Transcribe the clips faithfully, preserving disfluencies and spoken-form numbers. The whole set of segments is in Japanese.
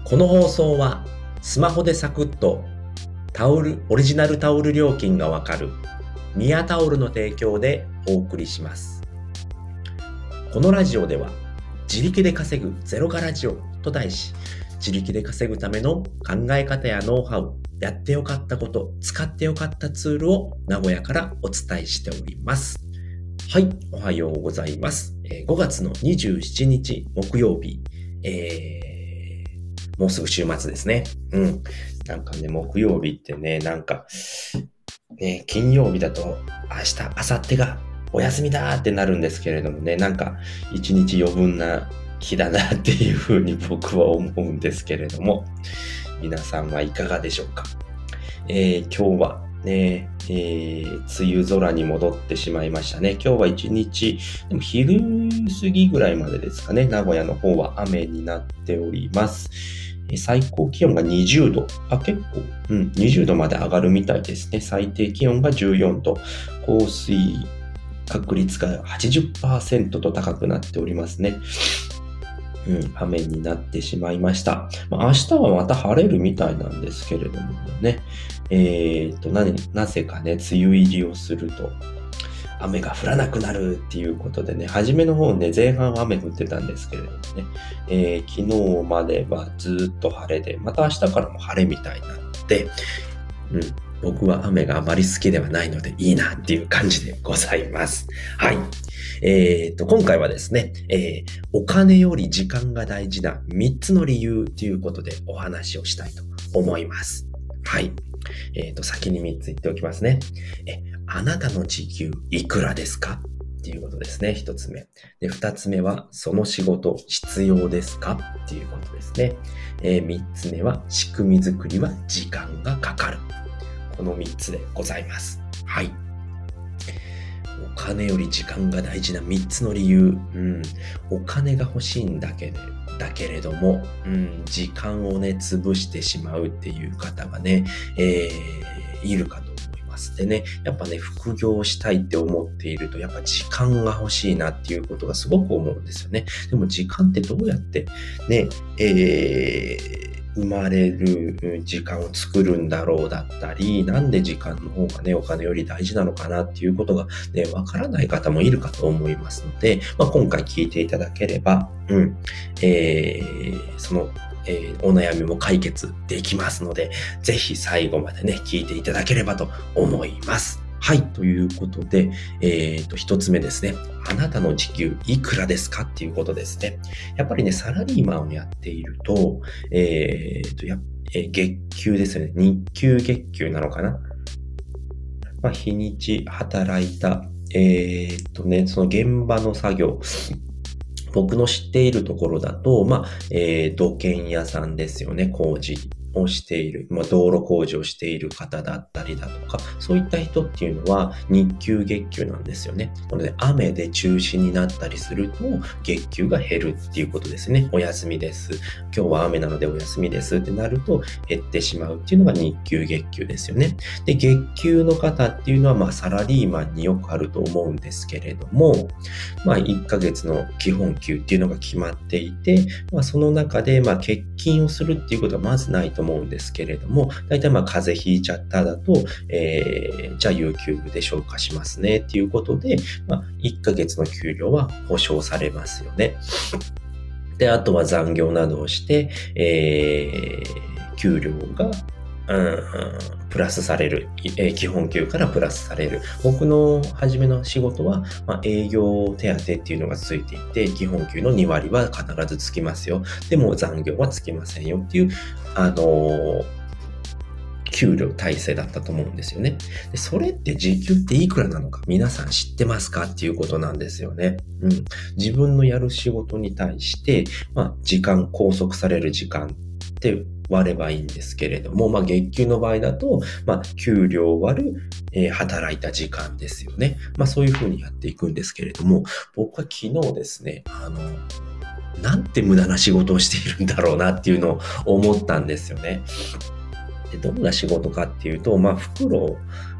この放送はスマホでサクッとタオル、オリジナルタオル料金がわかるミヤタオルの提供でお送りします。このラジオでは自力で稼ぐゼロカラジオと題し、自力で稼ぐための考え方やノウハウ、やってよかったこと、使ってよかったツールを名古屋からお伝えしております。はい、おはようございます。ごがつのにじゅうしちにち木曜日、えーもうすぐ週末ですね。うん。なんかね、木曜日ってね、なんか、ね、金曜日だと明日、明後日がお休みだってなるんですけれどもね、なんか一日余分な日だなっていうふうに僕は思うんですけれども、皆さんはいかがでしょうか。えー、今日はね、えー、梅雨空に戻ってしまいましたね。今日は一日、でも昼過ぎぐらいまでですかね、名古屋の方は雨になっております。最高気温がにじゅうど。あ、結構、うん、にじゅうどまで上がるみたいですね。最低気温がじゅうよんど。降水確率が はちじゅっパーセント と高くなっておりますね。うん、雨になってしまいました。まあ、明日はまた晴れるみたいなんですけれどもね。えーと、な、なぜかね、梅雨入りをすると、雨が降らなくなるっていうことでね、初めの方ね、前半は雨降ってたんですけれどもね、えー、昨日まではずっと晴れで、また明日からも晴れみたいなので、うん、僕は雨があまり好きではないのでいいなっていう感じでございます。はい。えーと、今回はですね、えー、お金より時間が大事なみっつの理由ということでお話をしたいと思います。はい。えーと、先にみっつ言っておきますね。え、あなたの時給いくらですかっていうことですね。ひとつめ。で、ふたつめは、その仕事必要ですかっていうことですね。えー、みっつめは、仕組み作りは時間がかかる。このみっつでございます。はい。お金より時間が大事なみっつの理由。うん。お金が欲しいんだけで、だけれども、うん、時間をね、潰してしまうっていう方がね、えー、いるかと思います。でね、やっぱね、副業したいって思っていると、やっぱ時間が欲しいなっていうことがすごく思うんですよね。でも時間ってどうやってね、えー、生まれる時間を作るんだろうだったり、なんで時間の方がね、お金より大事なのかなっていうことがね、わからない方もいるかと思いますので、まあ、今回聞いていただければ、うん、えー、その、えー、お悩みも解決できますので、ぜひ最後までね、聞いていただければと思います。はい。ということで、えっと、一つ目ですね。あなたの時給いくらですかっていうことですね。やっぱりね、サラリーマンをやっていると、えっと、や、えー、月給ですよね。日給月給なのかな。まあ、日にち働いた、えっとね、その現場の作業、僕の知っているところだと、まあ、えー、土建屋さんですよね、工事をしている、まあ、道路工事をしている方だったりだとか、そういった人っていうのは日給月給なんですよね。なので、雨で中止になったりすると、月給が減るっていうことですね。お休みです。今日は雨なのでお休みですってなると、減ってしまうっていうのが日給月給ですよね。で、月給の方っていうのは、まあ、サラリーマンによくあると思うんですけれども、まあ、いっかげつの基本給っていうのが決まっていて、まあ、その中で、まあ、欠勤をするっていうことはまずないと思うんですけれども、だいたいまあ、風邪ひいちゃっただと、えー、じゃあ有給で消化しますねっていうことで、まあ、いっかげつの給料は保証されますよね。で、あとは残業などをして、えー、給料がうん、プラスされる、えー、基本給からプラスされる。僕の初めの仕事は、まあ、営業手当っていうのがついていて、基本給のにわりは必ずつきますよ。でも残業はつきませんよっていう、あのー、給料体制だったと思うんですよね。で、それって時給っていくらなのか皆さん知ってますかっていうことなんですよね。うん。自分のやる仕事に対して、まあ、時間、拘束される時間って割ればいいんですけれども、まあ、月給の場合だと、まあ、給料割る、えー、働いた時間ですよね。まあ、そういうふうにやっていくんですけれども、僕は昨日ですね、あの、なんて無駄な仕事をしているんだろうなっていうのを思ったんですよね。で、どんな仕事かっていうと、まあ、袋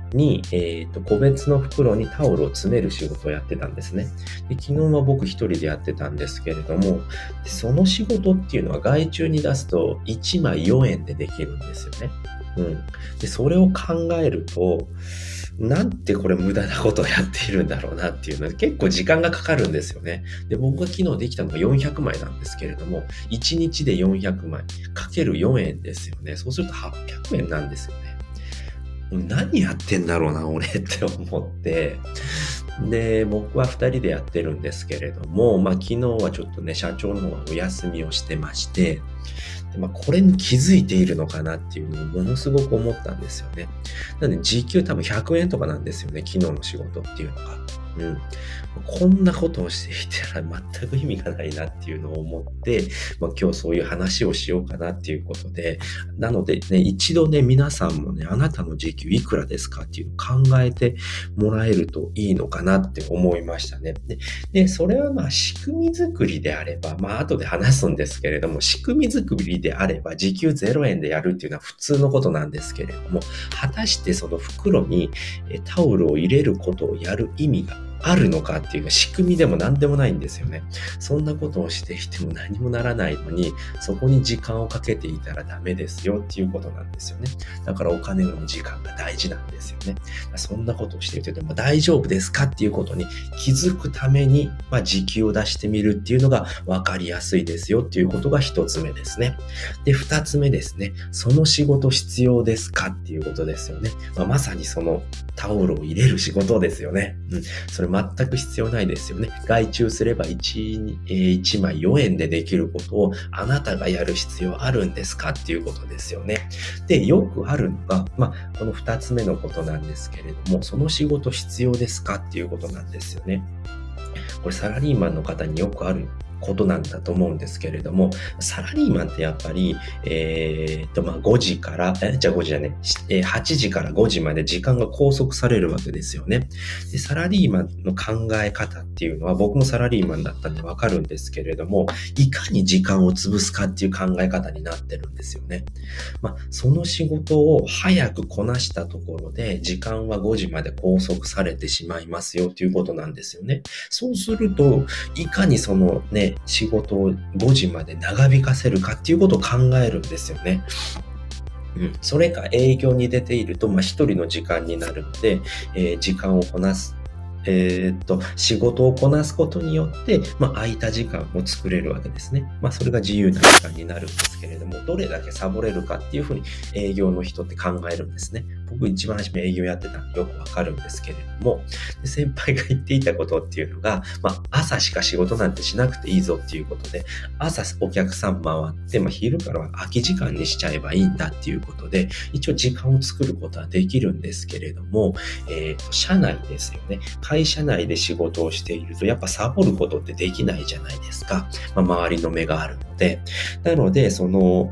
に、えっと、個別の袋にタオルを詰める仕事をやってたんですね。で、昨日は僕一人でやってたんですけれども、その仕事っていうのは外注に出すといちまいよんえんでできるんですよね。うん。で、それを考えると、なんてこれ無駄なことをやっているんだろうなっていうのは結構時間がかかるんですよね。で、僕が昨日できたのがよんひゃくまいなんですけれども、いちにちでよんひゃくまいかけるよんえんですよね。そうするとはっぴゃくえんなんですよね。何やってんだろうな、俺って思って。で、僕はふたりでやってるんですけれども、まあ昨日はちょっとね、社長の方がお休みをしてまして、でまあ、これに気づいているのかなっていうのをものすごく思ったんですよね。なので時給多分ひゃくえんとかなんですよね、昨日の仕事っていうのが。うん。こんなことをしていたら全く意味がないなっていうのを思って、まあ、今日そういう話をしようかなっていうことで、なのでね、一度ね、皆さんもね、あなたの時給いくらですかっていうのを考えてもらえるといいのかなって思いましたね。で、でそれはまあ仕組み作りであれば、まあ後で話すんですけれども、仕組み作りであれば時給ゼロえんでやるっていうのは普通のことなんですけれども、果たしてその袋にタオルを入れることをやる意味があるのかっていうか仕組みでも何でもないんですよね。そんなことをしていても何もならないのに、そこに時間をかけていたらダメですよっていうことなんですよね。だからお金の時間が大事なんですよね。そんなことをしていても大丈夫ですかっていうことに気づくために、まあ、時給を出してみるっていうのが分かりやすいですよっていうことが一つ目ですね。で、二つ目ですね。その仕事必要ですかっていうことですよね。まあ、まさにそのタオルを入れる仕事ですよね。うん、それ全く必要ないですよね。外注すれば 1, いちまいよんえんでできることをあなたがやる必要あるんですかっていうことですよね。で、よくあるのが、まあ、この二つ目のことなんですけれども、その仕事必要ですかっていうことなんですよね。これサラリーマンの方によくあることなんだと思うんですけれども、サラリーマンってやっぱり、えー、っと、まあ、ごじから、え、じゃあごじじゃね、えー、はちじからごじまで時間が拘束されるわけですよね。で、サラリーマンの考え方っていうのは、僕もサラリーマンだったんでわかるんですけれども、いかに時間を潰すかっていう考え方になってるんですよね。まあ、その仕事を早くこなしたところで、時間はごじまで拘束されてしまいますよっていうことなんですよね。そうすると、いかにそのね、仕事をごじまで長引かせるかっていうことを考えるんですよね。うん、それか営業に出ていると、まあ、一人の時間になるので、えー、時間をこなす。えー、っと、仕事をこなすことによって、まあ、空いた時間を作れるわけですね。まあ、それが自由な時間になるんですけれども、どれだけサボれるかっていうふうに営業の人って考えるんですね。僕一番初め営業やってたんでよくわかるんですけれども、で先輩が言っていたことっていうのが、まあ、朝しか仕事なんてしなくていいぞっていうことで、朝お客さん回って、まあ、昼からは空き時間にしちゃえばいいんだっていうことで、一応時間を作ることはできるんですけれども、えーと、社内ですよね。会社内で仕事をしていると、やっぱサボることってできないじゃないですか。まあ、周りの目があるので。なので、その、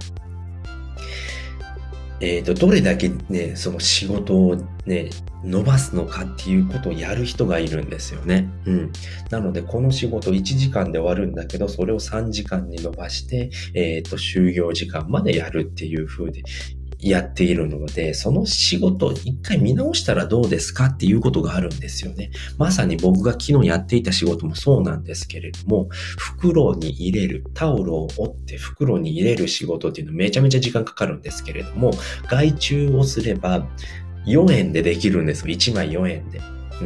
えっと、どれだけね、その仕事をね、伸ばすのかっていうことをやる人がいるんですよね。うん。なので、この仕事いちじかんで終わるんだけど、それをさんじかんに伸ばして、えっと、就業時間までやるっていう風で、やっているので、その仕事を一回見直したらどうですかっていうことがあるんですよね。まさに僕が昨日やっていた仕事もそうなんですけれども、袋に入れる、タオルを折って袋に入れる仕事っていうのめちゃめちゃ時間かかるんですけれども、外注をすればよえんでできるんですよ。いちまいよえんで。うん、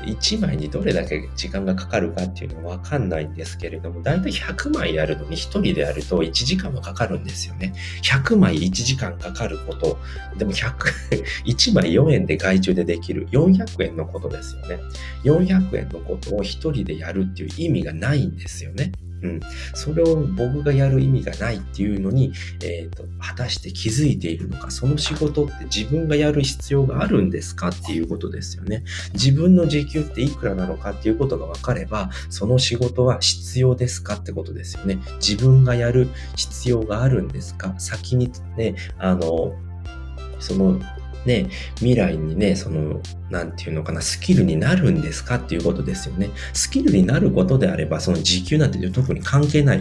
いちまいにどれだけ時間がかかるかっていうのはわかんないんですけれども、だいたいひゃくまいやるのにひとりでやるといちじかんはかかるんですよね。ひゃくまいいちじかんかかること、でもひゃく、いちまいよえんで外注でできるよんひゃくえんのことですよね。よんひゃくえんのことをひとりでやるっていう意味がないんですよね。うん、それを僕がやる意味がないっていうのに、えーと、果たして気づいているのか、その仕事って自分がやる必要があるんですかっていうことですよね。自分の時給っていくらなのかっていうことが分かれば、その仕事は必要ですかってことですよね。自分がやる必要があるんですか？先にね、あの、その、ね、未来にね、その、なんていうのかな、スキルになるんですかっていうことですよね。スキルになることであれば、その時給なんて特に関係ない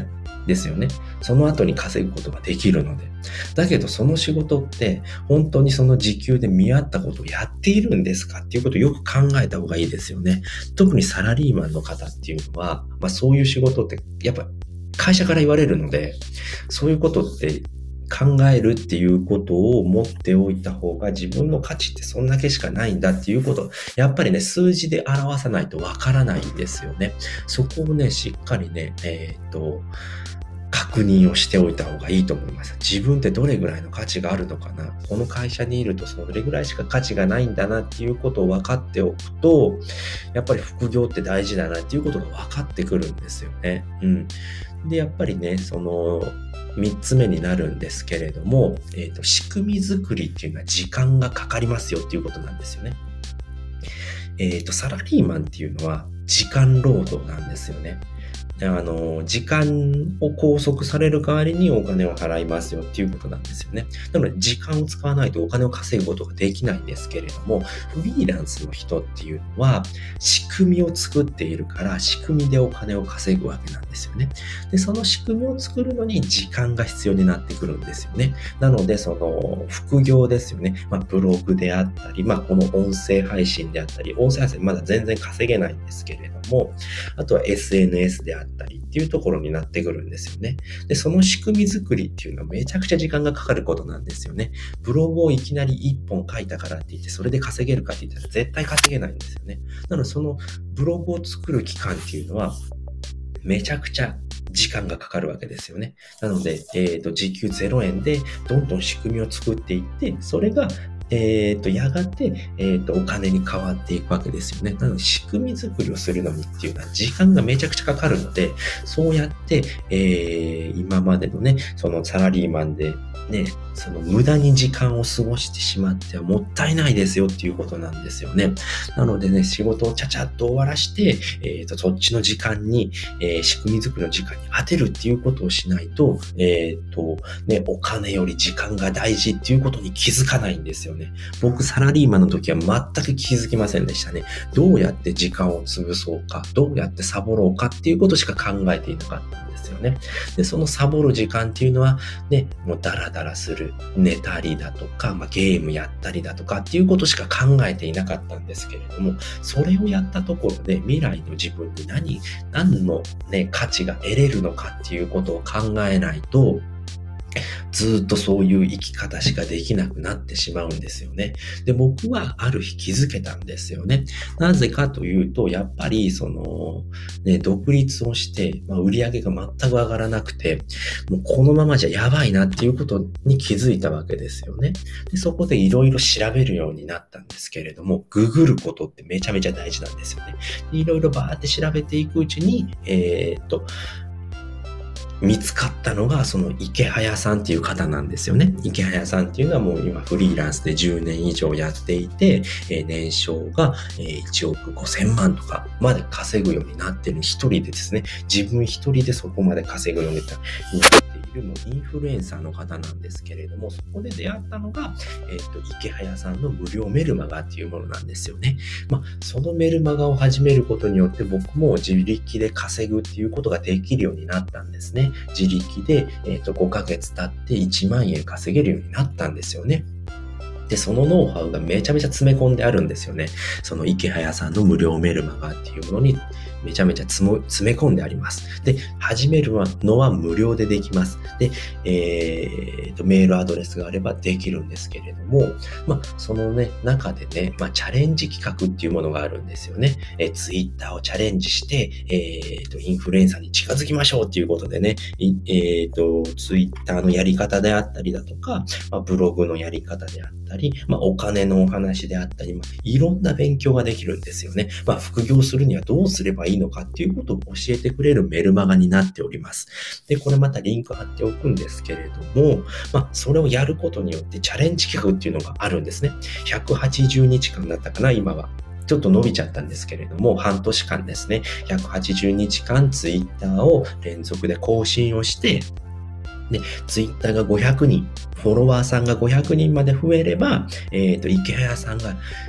ですよね。その後に稼ぐことができるので。だけどその仕事って本当にその時給で見合ったことをやっているんですかっていうことをよく考えた方がいいですよね。特にサラリーマンの方っていうのは、まあそういう仕事ってやっぱ会社から言われるので、そういうことって考えるっていうことを持っておいた方が自分の価値ってそんだけしかないんだっていうこと、やっぱりね、数字で表さないとわからないんですよね。そこをね、しっかりね、えーっと、確認をしておいた方がいいと思います。自分ってどれぐらいの価値があるのかな、この会社にいるとそれぐらいしか価値がないんだなっていうことを分かっておくと、やっぱり副業って大事だなっていうことが分かってくるんですよね。うん。で、やっぱりね、その、三つ目になるんですけれども、えっと、仕組み作りっていうのは時間がかかりますよっていうことなんですよね。えっと、サラリーマンっていうのは時間労働なんですよね。あの、時間を拘束される代わりにお金を払いますよっていうことなんですよね。なので、時間を使わないとお金を稼ぐことができないんですけれども、フリーランスの人っていうのは、仕組みを作っているから、仕組みでお金を稼ぐわけなんですよね。で、その仕組みを作るのに時間が必要になってくるんですよね。なので、その、副業ですよね。まあ、ブログであったり、まあ、この音声配信であったり、音声配信まだ全然稼げないんですけれども、あとは エスエヌエス であったり、ったりっていうところになってくるんですよね。で、その仕組み作りっていうのはめちゃくちゃ時間がかかることなんですよね。ブログをいきなりいっぽん書いたからって言ってそれで稼げるかって言ったら絶対稼げないんですよね。なのでそのブログを作る期間っていうのはめちゃくちゃ時間がかかるわけですよね。なので、えっと、時給ゼロえんでどんどん仕組みを作っていって、それがえっと、やがて、えっと、お金に変わっていくわけですよね。なので、仕組み作りをするのにっていうのは時間がめちゃくちゃかかるので、そうやって、えー、今までのね、そのサラリーマンで、ね、その無駄に時間を過ごしてしまってはもったいないですよっていうことなんですよね。なのでね、仕事をちゃちゃっと終わらして、えっと、そっちの時間に、えー、仕組み作りの時間に当てるっていうことをしないと、えっと、ね、お金より時間が大事っていうことに気づかないんですよね。僕、サラリーマンの時は全く気づきませんでしたね。どうやって時間を潰そうか、どうやってサボろうかっていうことしか考えていなかったんですよね。で、そのサボる時間っていうのは、ね、もうダラダラする、寝たりだとか、まあ、ゲームやったりだとかっていうことしか考えていなかったんですけれども、それをやったところで未来の自分に何、何のね、価値が得れるのかっていうことを考えないと、ずっとそういう生き方しかできなくなってしまうんですよね。で、僕はある日気づけたんですよね。なぜかというと、やっぱりその、ね、独立をして、まあ、売り上げが全く上がらなくて、もうこのままじゃやばいなっていうことに気づいたわけですよね。で、そこでいろいろ調べるようになったんですけれども、ググることってめちゃめちゃ大事なんですよね。いろいろバーって調べていくうちに、えー、っと、見つかったのがその池早さんっていう方なんですよね。池早さんっていうのはもう今フリーランスでじゅうねん以上やっていて、えー、年商がいちおくごせんまんとかまで稼ぐようになってる一人でですね、自分一人でそこまで稼ぐようになっているのインフルエンサーの方なんですけれども、そこで出会ったのが、えっと、池早さんの無料メルマガっていうものなんですよね。まあ、そのメルマガを始めることによって僕も自力で稼ぐっていうことができるようになったんですね。自力で、えっと、ごかげつ経っていちまんえん稼げるようになったんですよね。で、そのノウハウがめちゃめちゃ詰め込んであるんですよね。その池早さんの無料メルマガっていうものにめちゃめちゃ詰め込んであります。で、始めるのは無料でできます。で、えーと、メールアドレスがあればできるんですけれども、まあ、そのね、中でね、まあ、チャレンジ企画っていうものがあるんですよね。えー、ツイッターをチャレンジして、えーと、インフルエンサーに近づきましょうっていうことでね、えーと、ツイッターのやり方であったりだとか、まあ、ブログのやり方であったり、まあ、お金のお話であったり、まあ、いろんな勉強ができるんですよね。まあ、副業するにはどうすればいいのかっていうことを教えてくれるメルマガになっております。で、これまたリンク貼っておくんですけれども、まあ、それをやることによってチャレンジ企画っていうのがあるんですね。ひゃくはちじゅうにちかんだったかな、今は。ちょっと伸びちゃったんですけれども、半年間ですね、ひゃくはちじゅうにちかんツイッターを連続で更新をして、で、ツイッターがごひゃくにん、フォロワーさんがごひゃくにんまで増えれば、えっと、池早さんが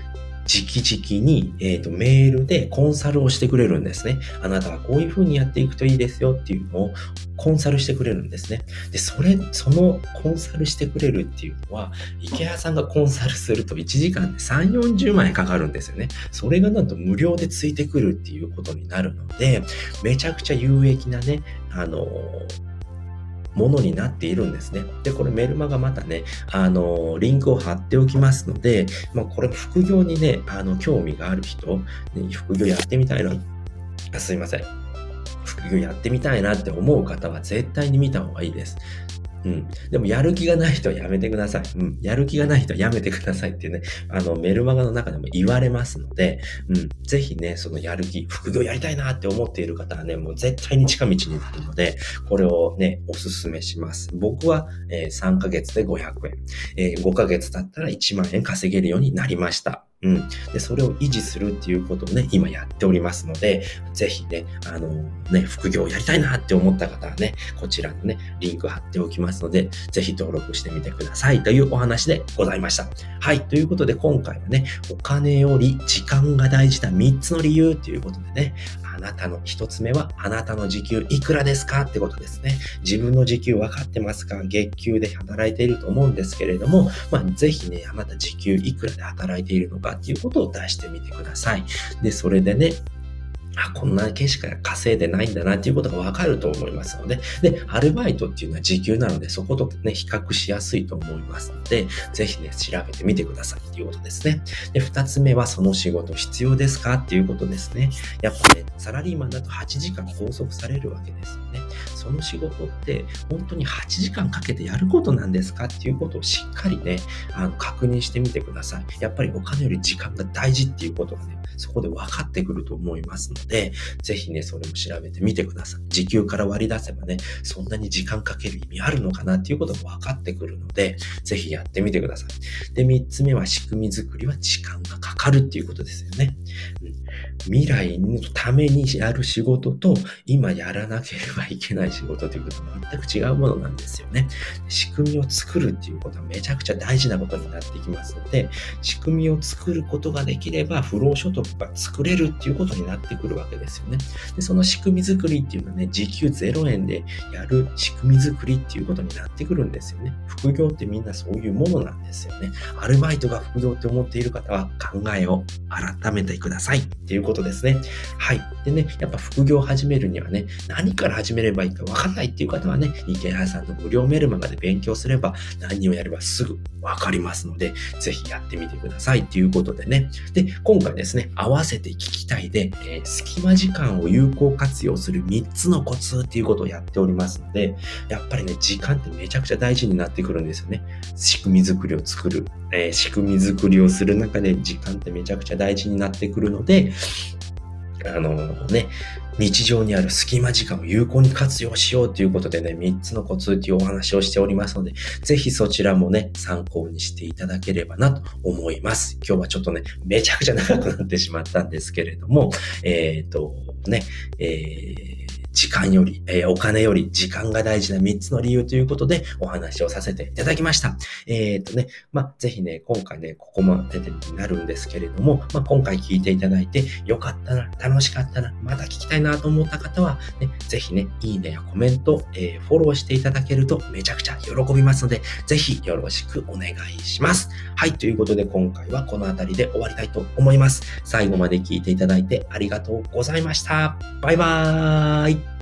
直々に、えっと、メールでコンサルをしてくれるんですね。あなたはこういう風にやっていくといいですよっていうのをコンサルしてくれるんですね。で、それ、そのコンサルしてくれるっていうのは、池谷さんがコンサルするといちじかんでさんじゅう、よんじゅうまんえんかかるんですよね。それがなんと無料でついてくるっていうことになるので、めちゃくちゃ有益なね、あのーものになっているんですね。で、これメルマがまたね、あの、リンクを貼っておきますので、まあ、これ副業にね、あの、興味がある人、ね、副業やってみたいな、あ、すいません。副業やってみたいなって思う方は絶対に見た方がいいです。うん。でもやる気がない人はやめてください。うん。やる気がない人はやめてくださいっていうね、あの、メルマガの中でも言われますので、うん。ぜひね、そのやる気、副業やりたいなって思っている方はね、もう絶対に近道になるので、これをね、おすすめします。僕は、えー、さんかげつでごひゃくえん、えー、ごかげつ経ったらいちまんえん稼げるようになりました。うん。で、それを維持するっていうことをね、今やっておりますので、ぜひね、あのね、副業をやりたいなって思った方はね、こちらのね、リンク貼っておきますので、ぜひ登録してみてくださいというお話でございました。はい。ということで、今回はね、お金より時間が大事なみっつの理由ということでね、あなたの一つ目は、あなたの時給いくらですかってことですね。自分の時給分かってますか？月給で働いていると思うんですけれども、まあ、ぜひね、あなた時給いくらで働いているのかっていうことを出してみてください。で、それでね、あ、こんなけしか稼いでないんだなっていうことがわかると思いますので、で、アルバイトっていうのは時給なので、そことね、比較しやすいと思いますので、ぜひね、調べてみてくださいっていうことですね。で、二つ目は、その仕事必要ですかっていうことですね。やっぱね、サラリーマンだとはちじかん拘束されるわけですよね。その仕事って本当にはちじかんかけてやることなんですかっていうことをしっかりね、あの確認してみてください。やっぱりお金より時間が大事っていうことがね、そこで分かってくると思いますので、ぜひね、それも調べてみてください。時給から割り出せばね、そんなに時間かける意味あるのかなっていうことが分かってくるので、ぜひやってみてください。で、三つ目は仕組み作りは時間がかかるっていうことですよね。うん、未来のためにやる仕事と、今やらなければいけない仕事ということは全く違うものなんですよね。仕組みを作るっていうことはめちゃくちゃ大事なことになってきますので、仕組みを作ることができれば不労所得が作れるっていうことになってくるわけですよね。で、その仕組み作りっていうのはね、時給ゼロえんでやる仕組み作りっていうことになってくるんですよね。副業ってみんなそういうものなんですよね。アルバイトが副業って思っている方は考えを改めてくださいっていうことですね。はい。でね、やっぱ副業を始めるにはね、何から始めればいいか分かんないっていう方はね、池谷さんの無料メルマガで勉強すれば何をやればすぐ分かりますので、ぜひやってみてくださいっていうことでね。で、今回ですね、合わせて聞きたいで、えー、隙間時間を有効活用するみっつのコツっていうことをやっておりますので、やっぱりね、時間ってめちゃくちゃ大事になってくるんですよね。仕組み作りを作る、えー、仕組み作りをする中で時間ってめちゃくちゃ大事になってくるので、あのね、日常にある隙間時間を有効に活用しようということでね、みっつのコツというお話をしておりますので、ぜひそちらもね、参考にしていただければなと思います。今日はちょっとね、めちゃくちゃ長くなってしまったんですけれども、えっとね、えー時間より、えー、お金より時間が大事なみっつの理由ということでお話をさせていただきました。えっとね、まあ、ぜひね、今回ね、ここまでになるんですけれども、まあ、今回聞いていただいてよかったな、楽しかったな、また聞きたいなと思った方は、ね、ぜひね、いいねやコメント、えー、フォローしていただけるとめちゃくちゃ喜びますので、ぜひよろしくお願いします。はい、ということで今回はこの辺りで終わりたいと思います。最後まで聞いていただいてありがとうございました。バイバーイ。